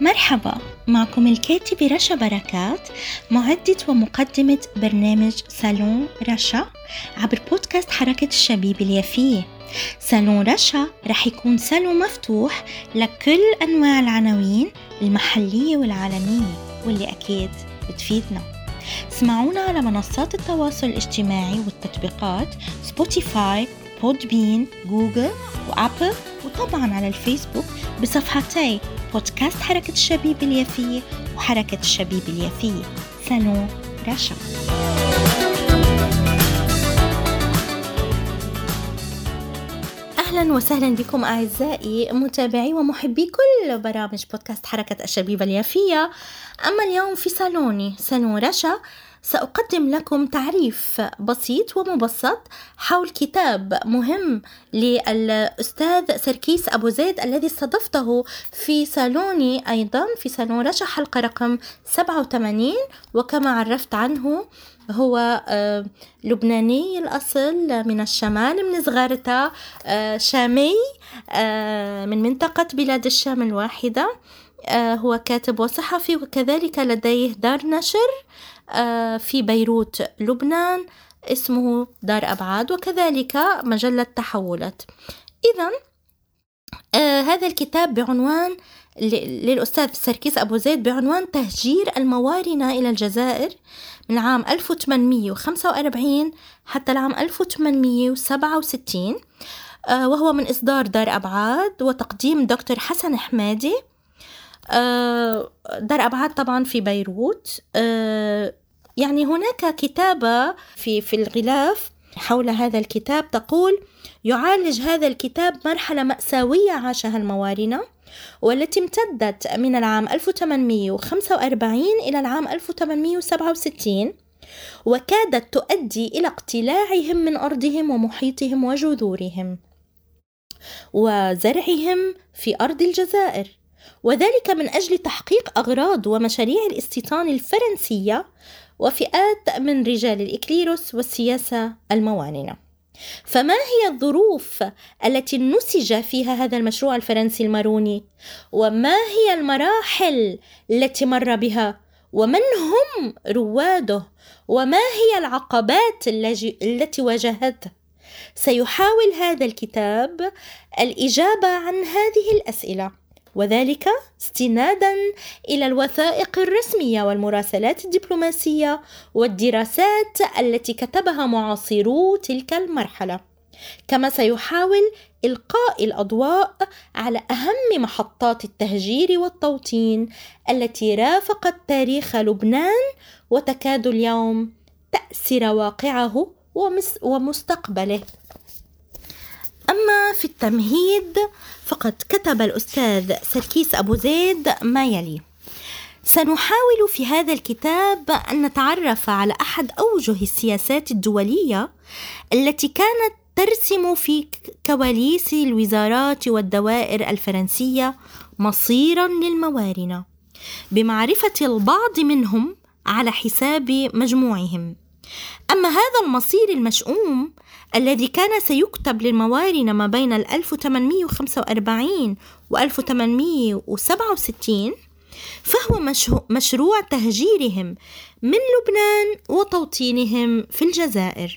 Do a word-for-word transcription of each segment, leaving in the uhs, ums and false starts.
مرحبا، معكم الكاتبة رشا بركات، معدة ومقدمة برنامج صالون رشا عبر بودكاست حركة الشبيب اليافية. صالون رشا رح يكون صالون مفتوح لكل أنواع العناوين المحلية والعالمية واللي أكيد بتفيدنا. اسمعونا على منصات التواصل الاجتماعي والتطبيقات سبوتيفاي، بودبين، جوجل وأبل، وطبعا على الفيسبوك بصفحتي بودكاست حركة الشبيب اليافية وحركة الشبيب اليافية. صالون رشا. أهلا وسهلا بكم أعزائي متابعي ومحبي كل برامج بودكاست حركة الشبيب اليافية. أما اليوم في صالوني صالون رشا سأقدم لكم تعريف بسيط ومبسط حول كتاب مهم للأستاذ سركيس أبو زيد الذي استضفته في صالوني أيضا في صالون رشا حلقة رقم سبعة وثمانين. وكما عرفت عنه هو لبناني الأصل من الشمال من زغارتا، شامي من منطقة بلاد الشام الواحدة. هو كاتب وصحفي وكذلك لديه دار نشر في بيروت لبنان اسمه دار أبعاد، وكذلك مجلة تحولت. إذن آه هذا الكتاب بعنوان للأستاذ سركيس أبو زيد بعنوان تهجير الموارنة إلى الجزائر من عام ألف وثمانمئة وخمسة وأربعين حتى العام ألف وثمانمئة وسبعة وستين، آه وهو من إصدار دار أبعاد وتقديم دكتور حسن حمادي. آه دار أبعاد طبعا في بيروت. آه يعني هناك كتابة في في الغلاف حول هذا الكتاب تقول: يعالج هذا الكتاب مرحلة مأساوية عاشها الموارنة والتي امتدت من العام ألف وثمانمئة وخمسة وأربعين إلى العام ألف وثمانمئة وسبعة وستين، وكادت تؤدي إلى اقتلاعهم من أرضهم ومحيطهم وجذورهم وزرعهم في أرض الجزائر، وذلك من أجل تحقيق أغراض ومشاريع الاستيطان الفرنسية وفئات من رجال الإكليروس والسياسة المواننة. فما هي الظروف التي نسج فيها هذا المشروع الفرنسي الماروني؟ وما هي المراحل التي مر بها؟ ومن هم رواده؟ وما هي العقبات التي واجهته؟ سيحاول هذا الكتاب الإجابة عن هذه الأسئلة، وذلك استنادا إلى الوثائق الرسمية والمراسلات الدبلوماسية والدراسات التي كتبها معاصرو تلك المرحلة. كما سيحاول إلقاء الأضواء على أهم محطات التهجير والتوطين التي رافقت تاريخ لبنان وتكاد اليوم تأسر واقعه ومستقبله. أما في التمهيد فقد كتب الأستاذ سركيس أبو زيد ما يلي: سنحاول في هذا الكتاب أن نتعرف على أحد أوجه السياسات الدولية التي كانت ترسم في كواليس الوزارات والدوائر الفرنسية مصيرا للموارنة بمعرفة البعض منهم على حساب مجموعهم. أما هذا المصير المشؤوم الذي كان سيكتب للموارنة ما بين ألف وثمانمئة وخمسة وأربعين و ألف وثمانمئة وسبعة وستين فهو مشروع تهجيرهم من لبنان وتوطينهم في الجزائر.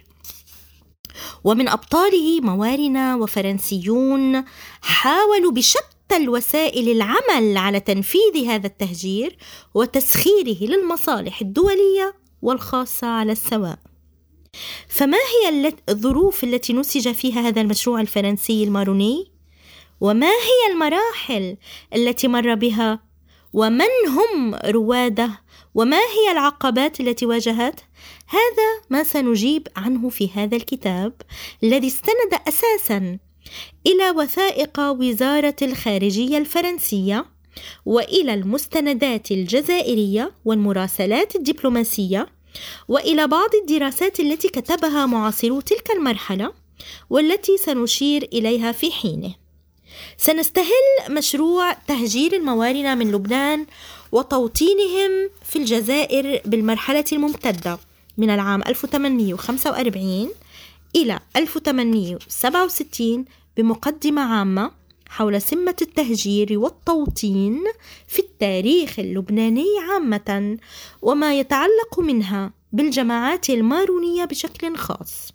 ومن أبطاله موارنة وفرنسيون حاولوا بشتى الوسائل العمل على تنفيذ هذا التهجير وتسخيره للمصالح الدولية والخاصة على السواء. فما هي الظروف التي نسج فيها هذا المشروع الفرنسي الماروني؟ وما هي المراحل التي مر بها؟ ومن هم رواده؟ وما هي العقبات التي واجهت؟ هذا ما سنجيب عنه في هذا الكتاب الذي استند أساساً إلى وثائق وزارة الخارجية الفرنسية وإلى المستندات الجزائرية والمراسلات الدبلوماسية وإلى بعض الدراسات التي كتبها معاصرو تلك المرحلة والتي سنشير إليها في حينه. سنستهل مشروع تهجير الموارنة من لبنان وتوطينهم في الجزائر بالمرحلة الممتدة من العام ألف وثمانمئة وخمسة وأربعين إلى ألف وثمانمئة وسبعة وستين بمقدمة عامة حول سمة التهجير والتوطين في التاريخ اللبناني عامة، وما يتعلق منها بالجماعات المارونية بشكل خاص.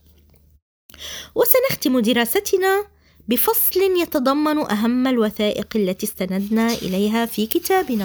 وسنختم دراستنا بفصل يتضمن أهم الوثائق التي استندنا إليها في كتابنا.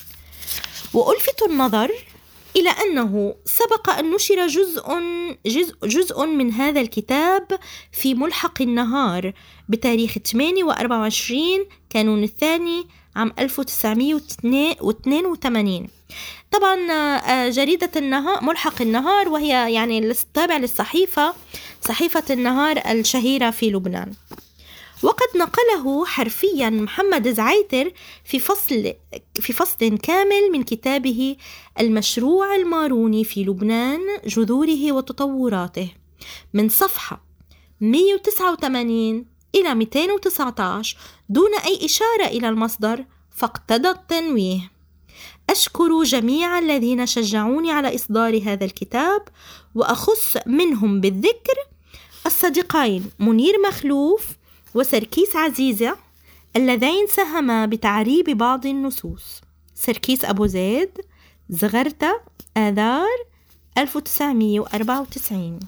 وألفت النظر إلى أنه سبق أن نشر جزء, جزء, جزء من هذا الكتاب في ملحق النهار بتاريخ ثمانية وأربعة وعشرين كانون الثاني عام ألف وتسعمائة واثنين وثمانين. طبعا جريدة النهار ملحق النهار وهي يعني التابع للصحيفة صحيفة النهار الشهيرة في لبنان. وقد نقله حرفيا محمد زعيتر في فصل في فصل كامل من كتابه المشروع الماروني في لبنان جذوره وتطوراته من صفحة مئة وتسعة وثمانين إلى مئتين وتسعة عشر دون أي إشارة إلى المصدر، فاقتضى التنويه. أشكر جميع الذين شجعوني على إصدار هذا الكتاب، وأخص منهم بالذكر الصديقين منير مخلوف وسركيس عزيزة اللذين ساهما بتعريب بعض النصوص. سركيس أبو زيد، زغرتة، آذار ألف وتسعمائة وأربعة وتسعين.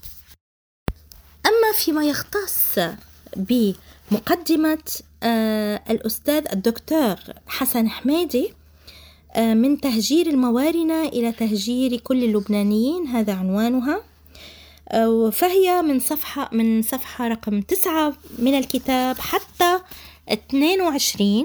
أما فيما يختص بمقدمة آه الأستاذ الدكتور حسن حميدي آه من تهجير الموارنة إلى تهجير كل اللبنانيين، هذا عنوانها، آه فهي من صفحة من صفحة رقم تسعة من الكتاب حتى اثنين وعشرين.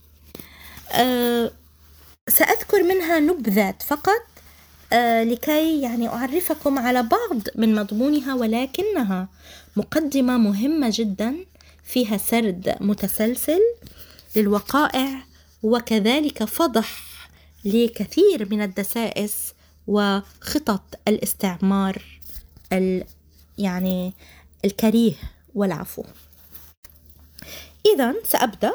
آه سأذكر منها نبذات فقط آه لكي يعني أعرفكم على بعض من مضمونها، ولكنها مقدمة مهمة جدا فيها سرد متسلسل للوقائع وكذلك فضح لكثير من الدسائس وخطط الاستعمار ال يعني الكريه والعفو. إذن سأبدأ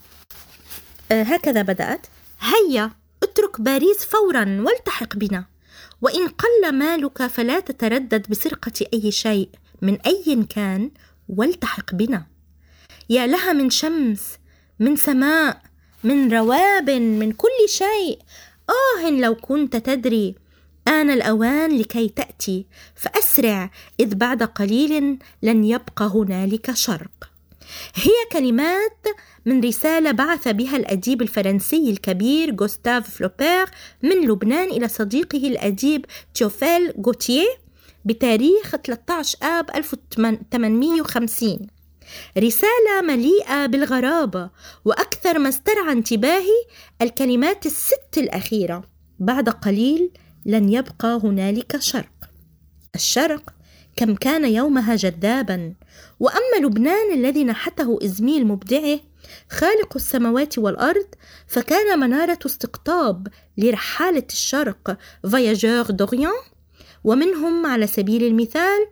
آه هكذا بدأت: هيا اترك باريس فورا والتحق بنا، وإن قل مالك فلا تتردد بسرقة أي شيء من أي كان والتحق بنا. يا لها من شمس، من سماء، من رواب، من كل شيء. آه لو كنت تدري، آن الأوان لكي تأتي، فأسرع إذ بعد قليل لن يبقى هنالك شرق. هي كلمات من رسالة بعث بها الأديب الفرنسي الكبير غوستاف فلوبير من لبنان إلى صديقه الأديب تيوفيل غوتيه بتاريخ ثلاثة عشر آب ألف وثمانمائة وخمسين. رسالة مليئة بالغرابة، وأكثر ما استرعى انتباهي الكلمات الست الأخيرة: بعد قليل لن يبقى هنالك شرق. الشرق كم كان يومها جذابا. وأما لبنان الذي نحته إزميل مبدعه خالق السماوات والأرض فكان منارة استقطاب لرحالة الشرق فياجور دوريان، ومنهم على سبيل المثال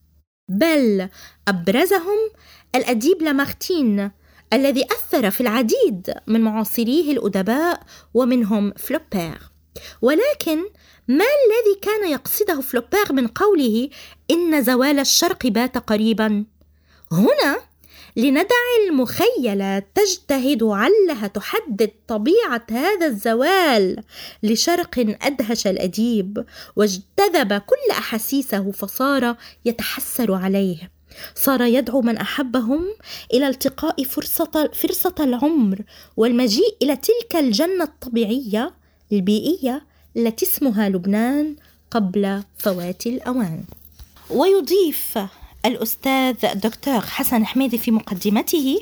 بل أبرزهم الأديب لامارتين الذي أثر في العديد من معاصريه الأدباء ومنهم فلوبير. ولكن ما الذي كان يقصده فلوبير من قوله إن زوال الشرق بات قريبا؟ هنا لندع المخيلة تجتهد علها تحدد طبيعة هذا الزوال لشرق أدهش الأديب واجتذب كل أحاسيسه، فصار يتحسر عليه، صار يدعو من أحبهم إلى التقاء فرصة, فرصة العمر والمجيء إلى تلك الجنة الطبيعية البيئية التي اسمها لبنان قبل فوات الأوان. ويضيف الأستاذ دكتور حسن حميدي في مقدمته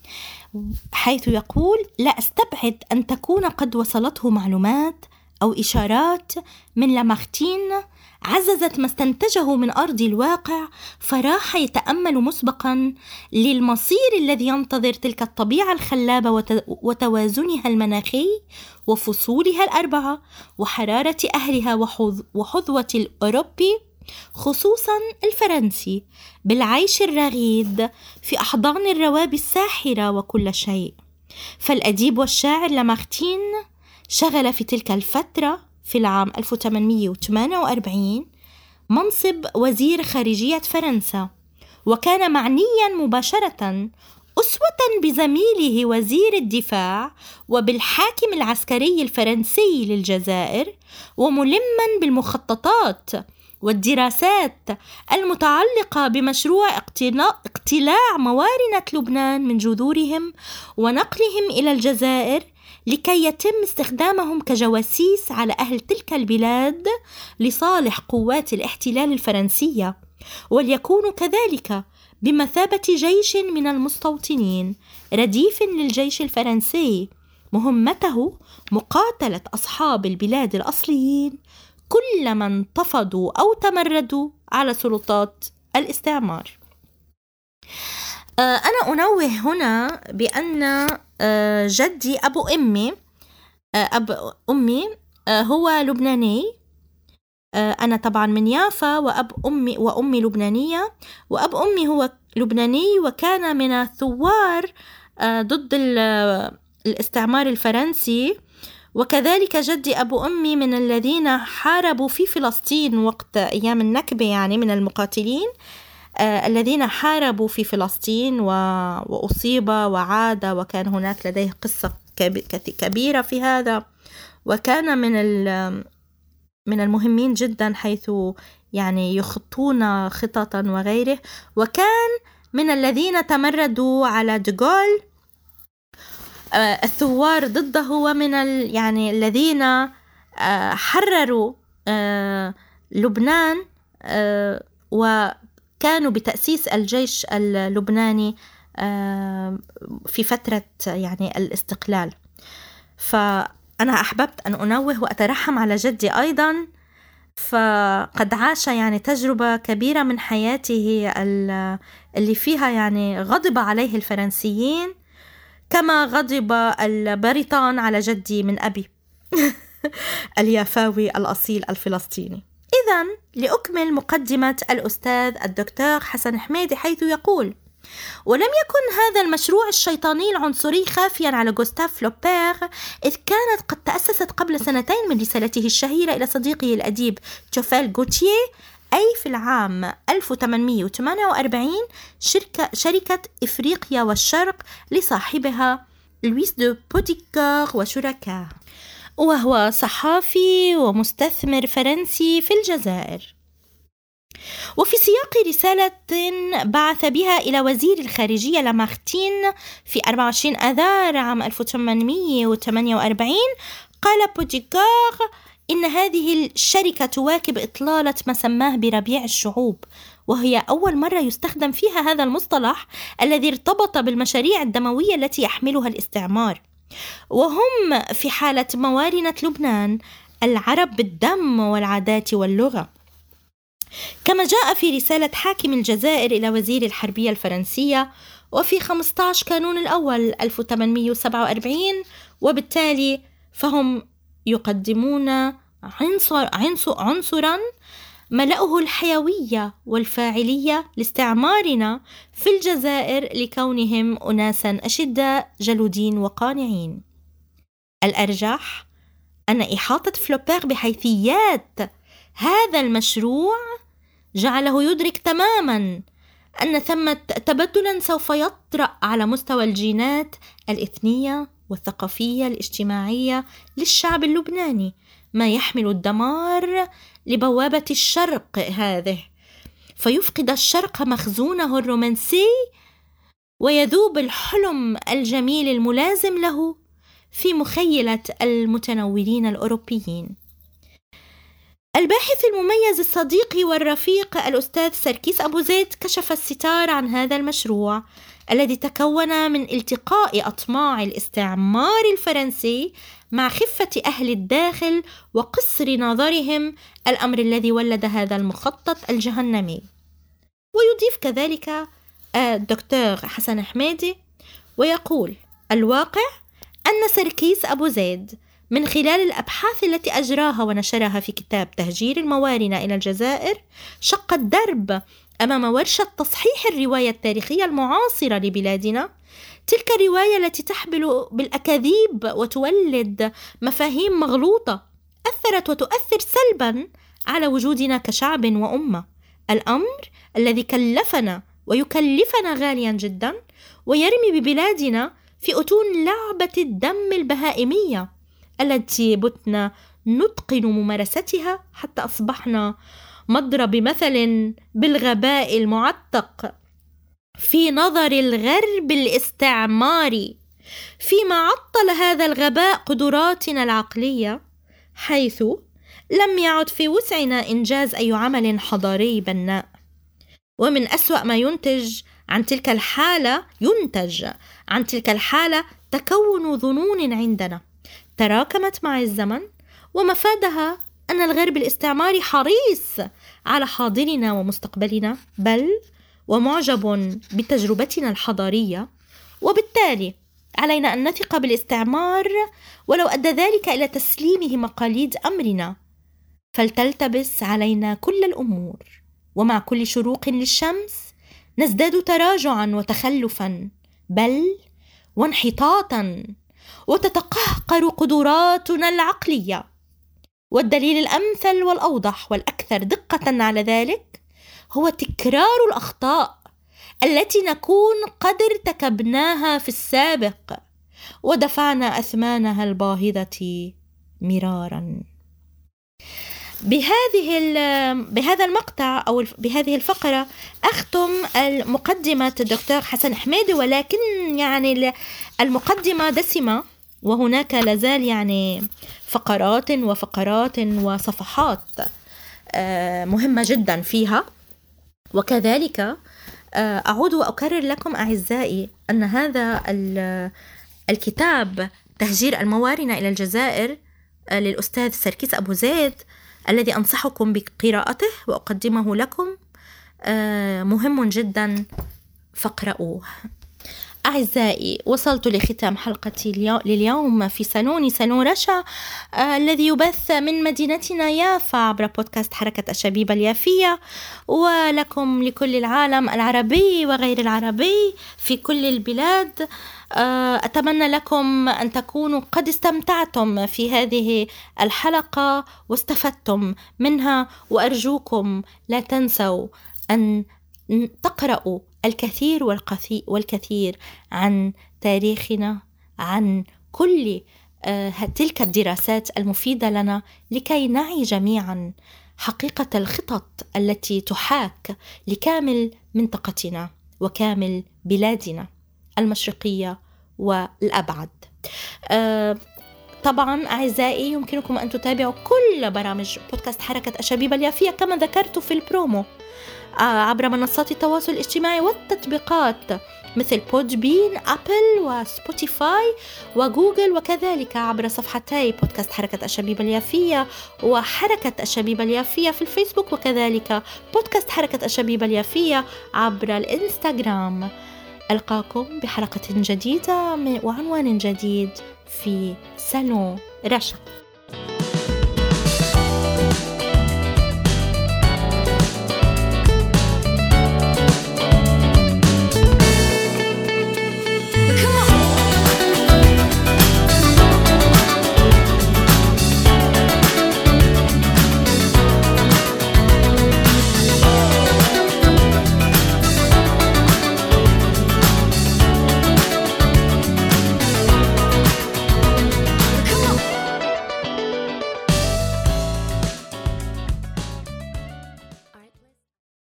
حيث يقول: لا أستبعد أن تكون قد وصلته معلومات أو إشارات من لامارتين عززت ما استنتجه من أرض الواقع، فراح يتأمل مسبقا للمصير الذي ينتظر تلك الطبيعة الخلابة وتوازنها المناخي وفصولها الأربعة وحرارة أهلها وحظوة الأوروبي خصوصا الفرنسي بالعيش الرغيد في أحضان الروابي الساحرة وكل شيء. فالأديب والشاعر لامارتين شغل في تلك الفترة في العام ألف وثمانمائة وثمانية وأربعين منصب وزير خارجية فرنسا، وكان معنيا مباشرة أسوة بزميله وزير الدفاع وبالحاكم العسكري الفرنسي للجزائر، وملما بالمخططات والدراسات المتعلقة بمشروع اقتلاع موارنة لبنان من جذورهم ونقلهم إلى الجزائر لكي يتم استخدامهم كجواسيس على أهل تلك البلاد لصالح قوات الاحتلال الفرنسية، وليكونوا كذلك بمثابة جيش من المستوطنين رديف للجيش الفرنسي، مهمته مقاتلة أصحاب البلاد الأصليين كلما انتفضوا أو تمردوا على سلطات الاستعمار. أنا أنوه هنا بأن جدي أبو أمي أب أمي هو لبناني. أنا طبعا من يافا، وأب أمي وأمي لبنانية، وأب أمي هو لبناني وكان من الثوار ضد الاستعمار الفرنسي، وكذلك جدي أبو أمي من الذين حاربوا في فلسطين وقت أيام النكبة، يعني من المقاتلين الذين حاربوا في فلسطين وأصيب وعاد، وكان هناك لديه قصة كبيرة في هذا، وكان من من المهمين جدا حيث يعني يخطون خططا وغيره، وكان من الذين تمردوا على دغول الثوار ضده، ومن ال يعني الذين حرروا لبنان وكانوا بتأسيس الجيش اللبناني في فترة يعني الاستقلال. فأنا أحببت أن أنوه وأترحم على جدي أيضا، فقد عاش يعني تجربة كبيرة من حياته اللي فيها يعني غضب عليه الفرنسيين كما غضب البريطان على جدي من أبي اليافاوي الأصيل الفلسطيني. إذن لأكمل مقدمة الأستاذ الدكتور حسن حميدي، حيث يقول: ولم يكن هذا المشروع الشيطاني العنصري خافيا على غوستاف فلوبير، إذ كانت قد تأسست قبل سنتين من رسالته الشهيرة إلى صديقه الأديب توفيل غوتيه، أي في العام ألف وثمانمائة وثمانية وأربعين، شركة, شركة إفريقيا والشرق لصاحبها لويس دو بوديكور وشركاء، وهو صحافي ومستثمر فرنسي في الجزائر. وفي سياق رسالة بعث بها إلى وزير الخارجية لامارتين في أربعة وعشرين آذار عام ألف وثمانمائة وثمانية وأربعين، قال بوديكور إن هذه الشركة تواكب إطلالة ما سماه بربيع الشعوب، وهي أول مرة يستخدم فيها هذا المصطلح الذي ارتبط بالمشاريع الدموية التي يحملها الاستعمار، وهم في حالة موارنة لبنان العرب بالدم والعادات واللغة. كما جاء في رسالة حاكم الجزائر إلى وزير الحربية الفرنسية وفي خمسة عشر كانون الأول ألف وثمانمائة وسبعة وأربعين، وبالتالي فهم يقدمون عنصر عنصر عنصرا ملأه الحيوية والفاعلية لاستعمارنا في الجزائر لكونهم أناسا أشداء جلودين وقانعين. الأرجح أن إحاطة فلوبير بحيثيات هذا المشروع جعله يدرك تماما أن ثمة تبدلا سوف يطرأ على مستوى الجينات الإثنية والثقافية الاجتماعية للشعب اللبناني، ما يحمل الدمار لبوابة الشرق هذه، فيفقد الشرق مخزونه الرومانسي ويذوب الحلم الجميل الملازم له في مخيلة المتنورين الأوروبيين. الباحث المميز الصديق والرفيق الأستاذ سركيس أبو زيد كشف الستار عن هذا المشروع الذي تكون من التقاء أطماع الاستعمار الفرنسي مع خفة أهل الداخل وقصر نظرهم، الأمر الذي ولد هذا المخطط الجهنمي. ويضيف كذلك الدكتور حسن حميدي ويقول: الواقع أن سركيس أبو زيد من خلال الأبحاث التي أجراها ونشرها في كتاب تهجير الموارنة إلى الجزائر شق الدرب أمام ورشة تصحيح الرواية التاريخية المعاصرة لبلادنا، تلك الرواية التي تحمل بالأكاذيب وتولد مفاهيم مغلوطة أثرت وتؤثر سلبا على وجودنا كشعب وأمة، الأمر الذي كلفنا ويكلفنا غاليا جدا ويرمي ببلادنا في أتون لعبة الدم البهائمية التي بتنا نتقن ممارستها حتى أصبحنا مضرب مثل بالغباء المعتق في نظر الغرب الاستعماري، فيما عطل هذا الغباء قدراتنا العقلية، حيث لم يعد في وسعنا إنجاز أي عمل حضاري بناء. ومن أسوأ ما ينتج عن تلك الحالة ينتج عن تلك الحالة تكون ظنون عندنا تراكمت مع الزمن، ومفادها أن الغرب الاستعماري حريص على حاضرنا ومستقبلنا، بل ومعجب بتجربتنا الحضارية، وبالتالي علينا أن نثق بالاستعمار ولو أدى ذلك إلى تسليمه مقاليد أمرنا. فلتلتبس علينا كل الأمور، ومع كل شروق للشمس نزداد تراجعا وتخلفا، بل وانحطاطا، وتتقهقر قدراتنا العقلية. والدليل الأمثل والأوضح والأكثر دقة على ذلك هو تكرار الأخطاء التي نكون قد ارتكبناها في السابق ودفعنا أثمانها الباهظة مرارا. بهذه بهذا المقطع أو بهذه الفقرة أختم المقدمة الدكتور حسن حميدي، ولكن يعني المقدمة دسمة، وهناك لازال يعني فقرات وفقرات وصفحات مهمة جدا فيها. وكذلك أعود وأكرر لكم أعزائي أن هذا الكتاب تهجير الموارنة إلى الجزائر للأستاذ سركيس أبو زيد الذي أنصحكم بقراءته وأقدمه لكم مهم جدا، فاقرؤوه. أعزائي، وصلت لختام حلقتي لليوم في سالوني سالون رشا آه الذي يبث من مدينتنا يافا عبر بودكاست حركة الشبيبة اليافية، ولكم لكل العالم العربي وغير العربي في كل البلاد. آه أتمنى لكم أن تكونوا قد استمتعتم في هذه الحلقة واستفدتم منها، وأرجوكم لا تنسوا أن تقرأوا الكثير والكثير عن تاريخنا، عن كل تلك الدراسات المفيدة لنا، لكي نعي جميعا حقيقة الخطط التي تحاك لكامل منطقتنا وكامل بلادنا المشرقية والأبعد. طبعا أعزائي، يمكنكم أن تتابعوا كل برامج بودكاست حركة الشبيبة اليافية كما ذكرت في البرومو عبر منصات التواصل الاجتماعي والتطبيقات مثل بودبين، أبل وسبوتيفاي وجوجل، وكذلك عبر صفحتي بودكاست حركة الشبيبة اليافية وحركة الشبيبة اليافية في الفيسبوك، وكذلك بودكاست حركة الشبيبة اليافية عبر الإنستغرام. ألقاكم بحلقة جديدة وعنوان جديد في سالون رشا.